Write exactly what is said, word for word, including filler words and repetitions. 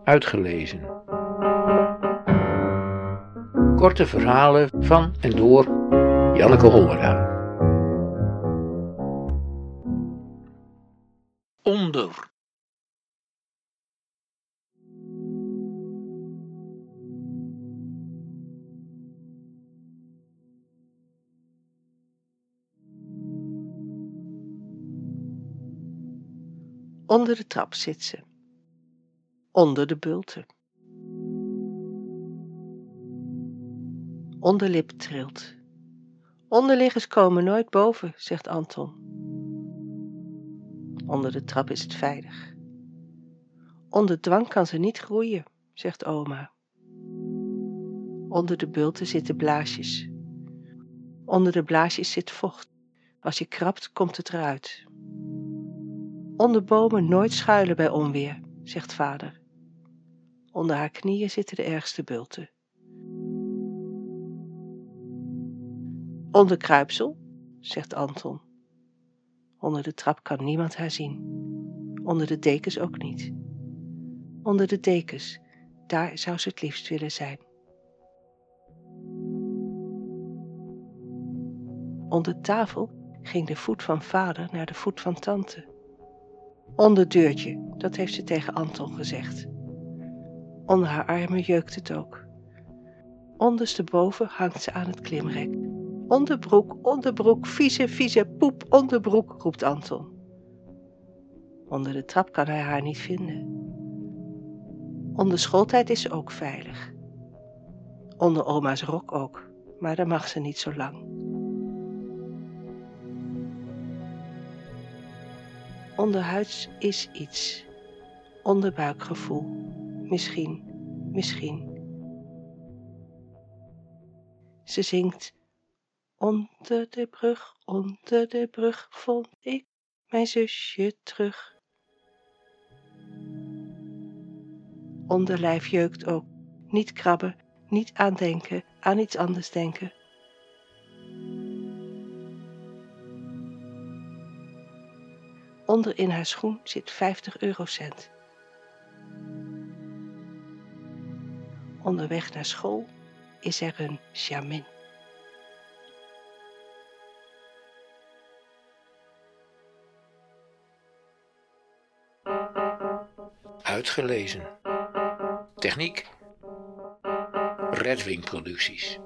Uitgelezen. Korte verhalen van en door Janneke Hollera. Onder. Onder de trap zit ze. Onder de bulten. Onderlip trilt. Onderliggers komen nooit boven, zegt Anton. Onder de trap is het veilig. Onder dwang kan ze niet groeien, zegt oma. Onder de bulten zitten blaasjes. Onder de blaasjes zit vocht. Als je krabt, komt het eruit. Onder bomen nooit schuilen bij onweer, zegt vader. Onder haar knieën zitten de ergste bulten. Onder kruipsel, zegt Anton. Onder de trap kan niemand haar zien. Onder de dekens ook niet. Onder de dekens, daar zou ze het liefst willen zijn. Onder tafel ging de voet van vader naar de voet van tante. Onder deurtje, dat heeft ze tegen Anton gezegd. Onder haar armen jeukt het ook. Ondersteboven hangt ze aan het klimrek. Onderbroek, onderbroek, vieze, vieze poep, onderbroek, roept Anton. Onder de trap kan hij haar niet vinden. Onder schooltijd is ze ook veilig. Onder oma's rok ook, maar daar mag ze niet zo lang. Onderhuids is iets. Onderbuikgevoel. Misschien, misschien. Ze zingt. Onder de brug, onder de brug vond ik mijn zusje terug. Onderlijf jeukt ook. Niet krabben, niet aandenken, aan iets anders denken. Onder in haar schoen zit vijftig eurocent. Onderweg naar school is er een Jamin. Uitgelezen. Techniek. Redwing Producties.